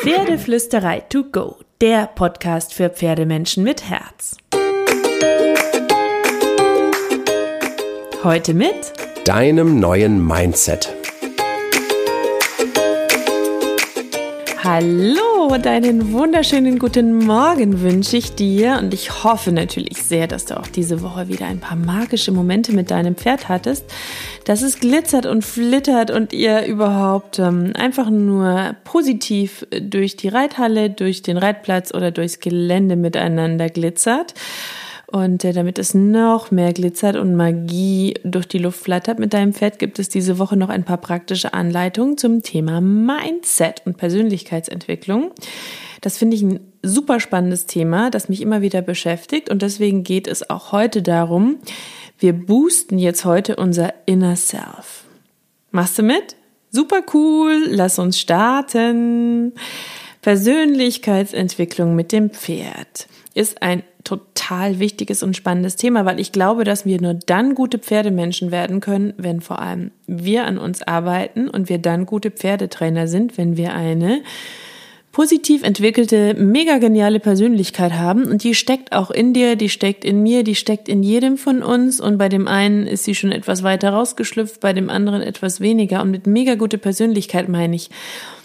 Pferdeflüsterei to go, der Podcast für Pferdemenschen mit Herz. Heute mit deinem neuen Mindset. Hallo, deinen wunderschönen guten Morgen wünsche ich dir und ich hoffe natürlich sehr, dass du auch diese Woche wieder ein paar magische Momente mit deinem Pferd hattest, dass es glitzert und flittert und ihr überhaupt einfach nur positiv durch die Reithalle, durch den Reitplatz oder durchs Gelände miteinander glitzert. Und damit es noch mehr glitzert und Magie durch die Luft flattert mit deinem Pferd, gibt es diese Woche noch ein paar praktische Anleitungen zum Thema Mindset und Persönlichkeitsentwicklung. Das finde ich ein super spannendes Thema, das mich immer wieder beschäftigt. Und deswegen geht es auch heute darum, wir boosten jetzt heute unser Inner Self. Machst du mit? Super cool, lass uns starten. Persönlichkeitsentwicklung mit dem Pferd ist ein total wichtiges und spannendes Thema, weil ich glaube, dass wir nur dann gute Pferdemenschen werden können, wenn vor allem wir an uns arbeiten und wir dann gute Pferdetrainer sind, wenn wir eine positiv entwickelte, mega geniale Persönlichkeit haben und die steckt auch in dir, die steckt in mir, die steckt in jedem von uns und bei dem einen ist sie schon etwas weiter rausgeschlüpft, bei dem anderen etwas weniger und mit mega gute Persönlichkeit meine ich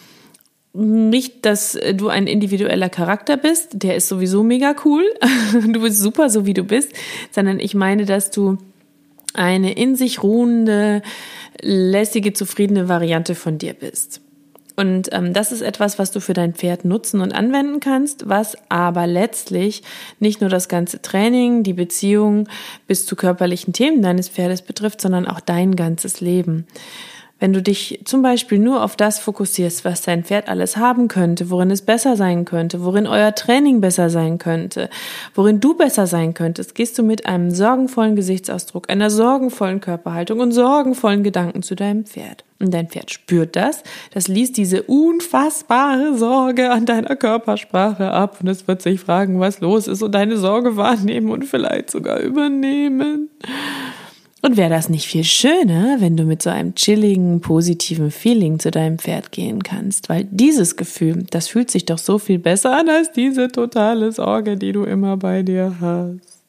nicht, dass du ein individueller Charakter bist, der ist sowieso mega cool, du bist super, so wie du bist, sondern ich meine, dass du eine in sich ruhende, lässige, zufriedene Variante von dir bist. Und das ist etwas, was du für dein Pferd nutzen und anwenden kannst, was aber letztlich nicht nur das ganze Training, die Beziehung bis zu körperlichen Themen deines Pferdes betrifft, sondern auch dein ganzes Leben. Wenn du dich zum Beispiel nur auf das fokussierst, was dein Pferd alles haben könnte, worin es besser sein könnte, worin euer Training besser sein könnte, worin du besser sein könntest, gehst du mit einem sorgenvollen Gesichtsausdruck, einer sorgenvollen Körperhaltung und sorgenvollen Gedanken zu deinem Pferd. Und dein Pferd spürt das liest diese unfassbare Sorge an deiner Körpersprache ab und es wird sich fragen, was los ist und deine Sorge wahrnehmen und vielleicht sogar übernehmen. Und wäre das nicht viel schöner, wenn du mit so einem chilligen, positiven Feeling zu deinem Pferd gehen kannst? Weil dieses Gefühl, das fühlt sich doch so viel besser an als diese totale Sorge, die du immer bei dir hast.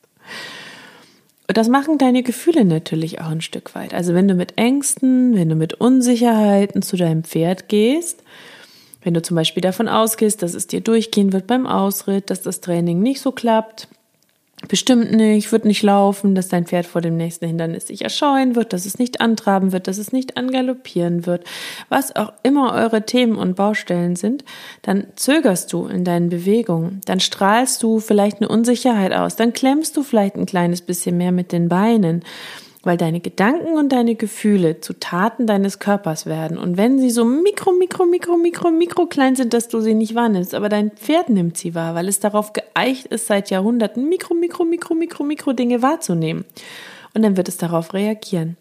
Und das machen deine Gefühle natürlich auch ein Stück weit. Also wenn du mit Ängsten, wenn du mit Unsicherheiten zu deinem Pferd gehst, wenn du zum Beispiel davon ausgehst, dass es dir durchgehen wird beim Ausritt, dass das Training nicht so klappt, bestimmt nicht, wird nicht laufen, dass dein Pferd vor dem nächsten Hindernis sich erscheuen wird, dass es nicht antraben wird, dass es nicht angaloppieren wird, was auch immer eure Themen und Baustellen sind, dann zögerst du in deinen Bewegungen, dann strahlst du vielleicht eine Unsicherheit aus, dann klemmst du vielleicht ein kleines bisschen mehr mit den Beinen, weil deine Gedanken und deine Gefühle zu Taten deines Körpers werden. Und wenn sie so mikro klein sind, dass du sie nicht wahrnimmst, aber dein Pferd nimmt sie wahr, weil es darauf geeicht ist, seit Jahrhunderten mikro Dinge wahrzunehmen. Und dann wird es darauf reagieren.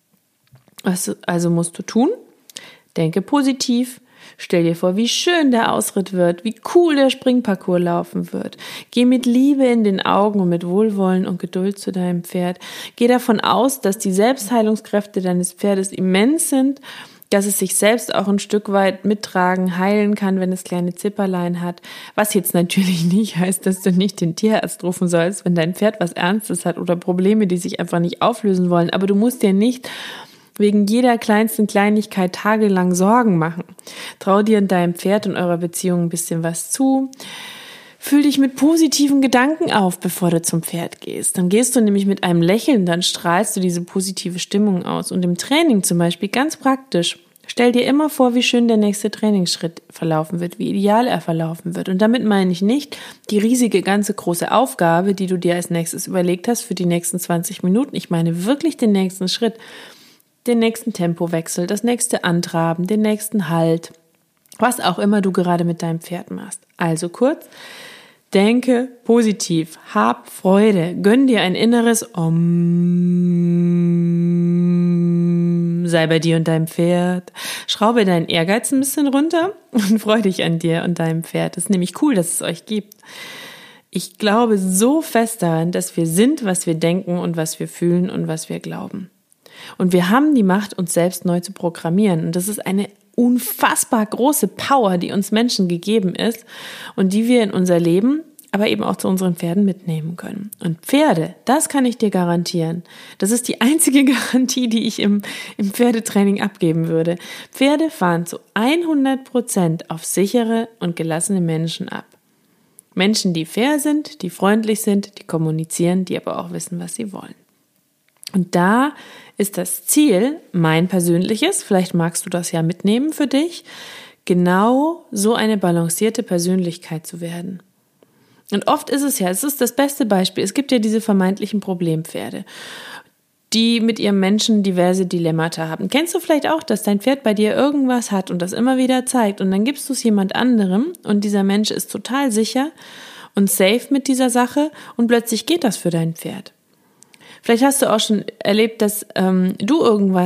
Was also musst du tun? Denke positiv. Stell dir vor, wie schön der Ausritt wird, wie cool der Springparcours laufen wird. Geh mit Liebe in den Augen und mit Wohlwollen und Geduld zu deinem Pferd. Geh davon aus, dass die Selbstheilungskräfte deines Pferdes immens sind, dass es sich selbst auch ein Stück weit mittragen, heilen kann, wenn es kleine Zipperlein hat. Was jetzt natürlich nicht heißt, dass du nicht den Tierarzt rufen sollst, wenn dein Pferd was Ernstes hat oder Probleme, die sich einfach nicht auflösen wollen. Aber du musst dir nicht wegen jeder kleinsten Kleinigkeit tagelang Sorgen machen. Trau dir in deinem Pferd und eurer Beziehung ein bisschen was zu. Fühl dich mit positiven Gedanken auf, bevor du zum Pferd gehst. Dann gehst du nämlich mit einem Lächeln, dann strahlst du diese positive Stimmung aus. Und im Training zum Beispiel ganz praktisch. Stell dir immer vor, wie schön der nächste Trainingsschritt verlaufen wird, wie ideal er verlaufen wird. Und damit meine ich nicht die riesige, ganze große Aufgabe, die du dir als nächstes überlegt hast für die nächsten 20 Minuten. Ich meine wirklich den nächsten Schritt. Den nächsten Tempowechsel, das nächste Antraben, den nächsten Halt, was auch immer du gerade mit deinem Pferd machst. Also kurz, denke positiv, hab Freude, gönn dir ein inneres Om, sei bei dir und deinem Pferd, schraube deinen Ehrgeiz ein bisschen runter und freu dich an dir und deinem Pferd. Das ist nämlich cool, dass es euch gibt. Ich glaube so fest daran, dass wir sind, was wir denken und was wir fühlen und was wir glauben. Und wir haben die Macht, uns selbst neu zu programmieren. Und das ist eine unfassbar große Power, die uns Menschen gegeben ist und die wir in unser Leben, aber eben auch zu unseren Pferden mitnehmen können. Und Pferde, das kann ich dir garantieren. Das ist die einzige Garantie, die ich im Pferdetraining abgeben würde. Pferde fahren zu 100% auf sichere und gelassene Menschen ab. Menschen, die fair sind, die freundlich sind, die kommunizieren, die aber auch wissen, was sie wollen. Und da ist das Ziel, mein persönliches, vielleicht magst du das ja mitnehmen für dich, genau so eine balancierte Persönlichkeit zu werden. Und oft ist es ist das beste Beispiel, es gibt ja diese vermeintlichen Problempferde, die mit ihrem Menschen diverse Dilemmata haben. Kennst du vielleicht auch, dass dein Pferd bei dir irgendwas hat und das immer wieder zeigt und dann gibst du es jemand anderem und dieser Mensch ist total sicher und safe mit dieser Sache und plötzlich geht das für dein Pferd. Vielleicht hast du auch schon erlebt, dass du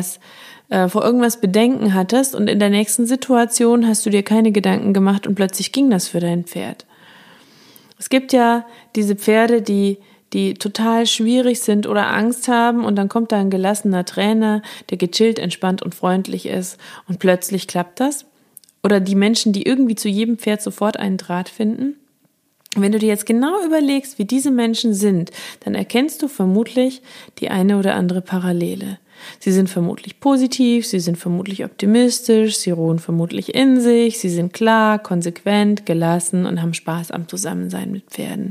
vor irgendwas Bedenken hattest und in der nächsten Situation hast du dir keine Gedanken gemacht und plötzlich ging das für dein Pferd. Es gibt ja diese Pferde, die total schwierig sind oder Angst haben und dann kommt da ein gelassener Trainer, der gechillt, entspannt und freundlich ist und plötzlich klappt das. Oder die Menschen, die irgendwie zu jedem Pferd sofort einen Draht finden. Wenn du dir jetzt genau überlegst, wie diese Menschen sind, dann erkennst du vermutlich die eine oder andere Parallele. Sie sind vermutlich positiv, sie sind vermutlich optimistisch, sie ruhen vermutlich in sich, sie sind klar, konsequent, gelassen und haben Spaß am Zusammensein mit Pferden.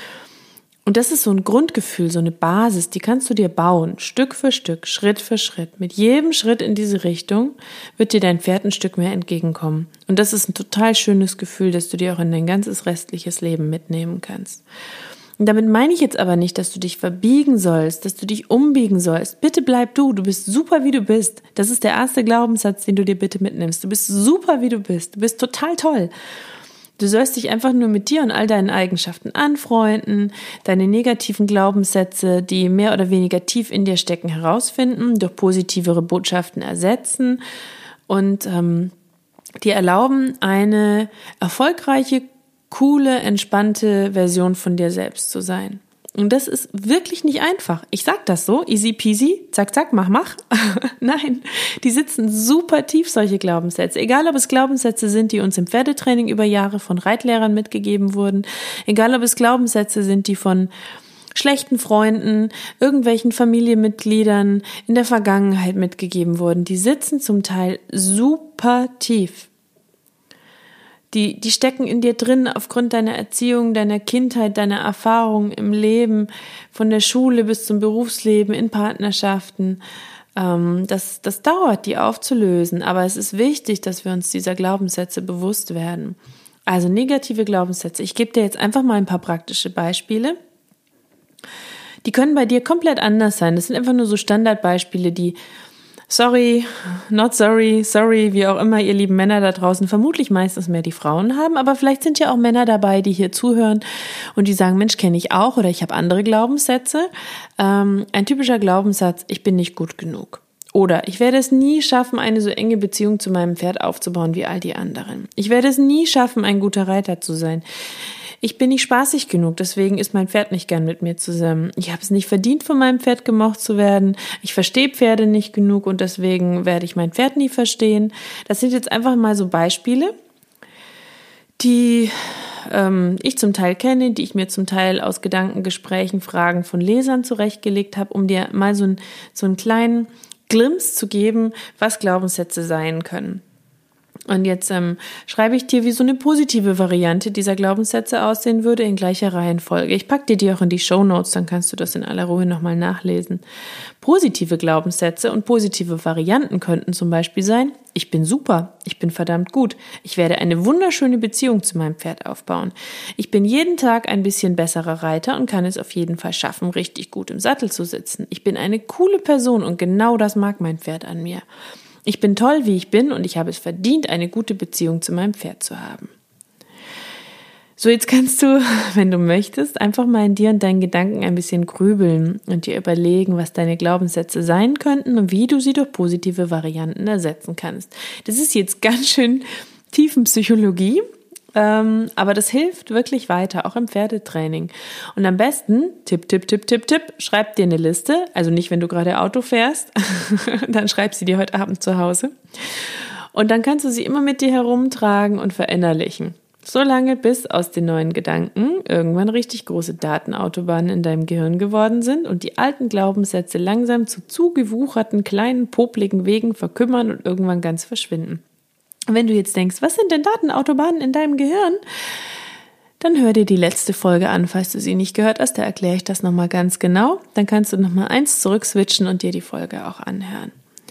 Und das ist so ein Grundgefühl, so eine Basis, die kannst du dir bauen, Stück für Stück, Schritt für Schritt. Mit jedem Schritt in diese Richtung wird dir dein Pferd ein Stück mehr entgegenkommen. Und das ist ein total schönes Gefühl, das du dir auch in dein ganzes restliches Leben mitnehmen kannst. Und damit meine ich jetzt aber nicht, dass du dich verbiegen sollst, dass du dich umbiegen sollst. Bitte bleib du bist super, wie du bist. Das ist der erste Glaubenssatz, den du dir bitte mitnimmst. Du bist super, wie du bist total toll. Du sollst dich einfach nur mit dir und all deinen Eigenschaften anfreunden, deine negativen Glaubenssätze, die mehr oder weniger tief in dir stecken, herausfinden, durch positivere Botschaften ersetzen und dir erlauben, eine erfolgreiche, coole, entspannte Version von dir selbst zu sein. Und das ist wirklich nicht einfach. Ich sag das so, easy peasy, zack, zack, mach. Nein, die sitzen super tief, solche Glaubenssätze. Egal, ob es Glaubenssätze sind, die uns im Pferdetraining über Jahre von Reitlehrern mitgegeben wurden. Egal, ob es Glaubenssätze sind, die von schlechten Freunden, irgendwelchen Familienmitgliedern in der Vergangenheit mitgegeben wurden. Die sitzen zum Teil super tief. Die stecken in dir drin aufgrund deiner Erziehung, deiner Kindheit, deiner Erfahrungen im Leben, von der Schule bis zum Berufsleben, in Partnerschaften. Das dauert, die aufzulösen, aber es ist wichtig, dass wir uns dieser Glaubenssätze bewusst werden. Also negative Glaubenssätze. Ich gebe dir jetzt einfach mal ein paar praktische Beispiele. Die können bei dir komplett anders sein. Das sind einfach nur so Standardbeispiele, die sorry, not sorry, sorry, wie auch immer ihr lieben Männer da draußen, vermutlich meistens mehr die Frauen haben, aber vielleicht sind ja auch Männer dabei, die hier zuhören und die sagen, Mensch, kenne ich auch oder ich habe andere Glaubenssätze. Ein typischer Glaubenssatz, ich bin nicht gut genug. Oder ich werde es nie schaffen, eine so enge Beziehung zu meinem Pferd aufzubauen wie all die anderen. Ich werde es nie schaffen, ein guter Reiter zu sein. Ich bin nicht spaßig genug, deswegen ist mein Pferd nicht gern mit mir zusammen. Ich habe es nicht verdient, von meinem Pferd gemocht zu werden. Ich verstehe Pferde nicht genug und deswegen werde ich mein Pferd nie verstehen. Das sind jetzt einfach mal so Beispiele, die ich zum Teil kenne, die ich mir zum Teil aus Gedankengesprächen, Fragen von Lesern zurechtgelegt habe, um dir mal so einen kleinen Glimpse zu geben, was Glaubenssätze sein können. Und jetzt schreibe ich dir, wie so eine positive Variante dieser Glaubenssätze aussehen würde in gleicher Reihenfolge. Ich packe dir die auch in die Shownotes, dann kannst du das in aller Ruhe nochmal nachlesen. Positive Glaubenssätze und positive Varianten könnten zum Beispiel sein, ich bin super, ich bin verdammt gut, ich werde eine wunderschöne Beziehung zu meinem Pferd aufbauen. Ich bin jeden Tag ein bisschen besserer Reiter und kann es auf jeden Fall schaffen, richtig gut im Sattel zu sitzen. Ich bin eine coole Person und genau das mag mein Pferd an mir. Ich bin toll, wie ich bin und ich habe es verdient, eine gute Beziehung zu meinem Pferd zu haben. So, jetzt kannst du, wenn du möchtest, einfach mal in dir und deinen Gedanken ein bisschen grübeln und dir überlegen, was deine Glaubenssätze sein könnten und wie du sie durch positive Varianten ersetzen kannst. Das ist jetzt ganz schön Tiefenpsychologie, aber das hilft wirklich weiter, auch im Pferdetraining. Und am besten, Tipp, schreib dir eine Liste, also nicht, wenn du gerade Auto fährst, dann schreib sie dir heute Abend zu Hause. Und dann kannst du sie immer mit dir herumtragen und verinnerlichen. Solange bis aus den neuen Gedanken irgendwann richtig große Datenautobahnen in deinem Gehirn geworden sind und die alten Glaubenssätze langsam zu zugewucherten, kleinen, popligen Wegen verkümmern und irgendwann ganz verschwinden. Und wenn du jetzt denkst, was sind denn Datenautobahnen in deinem Gehirn? Dann hör dir die letzte Folge an, falls du sie nicht gehört hast, da erkläre ich das nochmal ganz genau. Dann kannst du nochmal 1 zurückswitchen und dir die Folge auch anhören.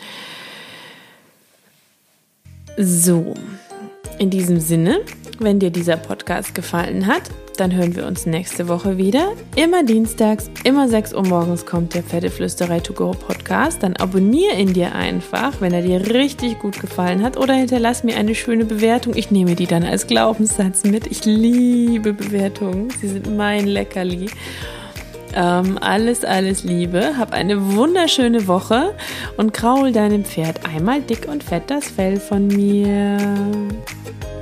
So, in diesem Sinne, wenn dir dieser Podcast gefallen hat, dann hören wir uns nächste Woche wieder. Immer dienstags, immer 6 Uhr morgens kommt der Pferdeflüsterei to go Podcast. Dann abonniere ihn dir einfach, wenn er dir richtig gut gefallen hat, oder hinterlass mir eine schöne Bewertung. Ich nehme die dann als Glaubenssatz mit. Ich liebe Bewertungen. Sie sind mein Leckerli. Alles Liebe. Hab eine wunderschöne Woche und kraul deinem Pferd einmal dick und fett das Fell von mir.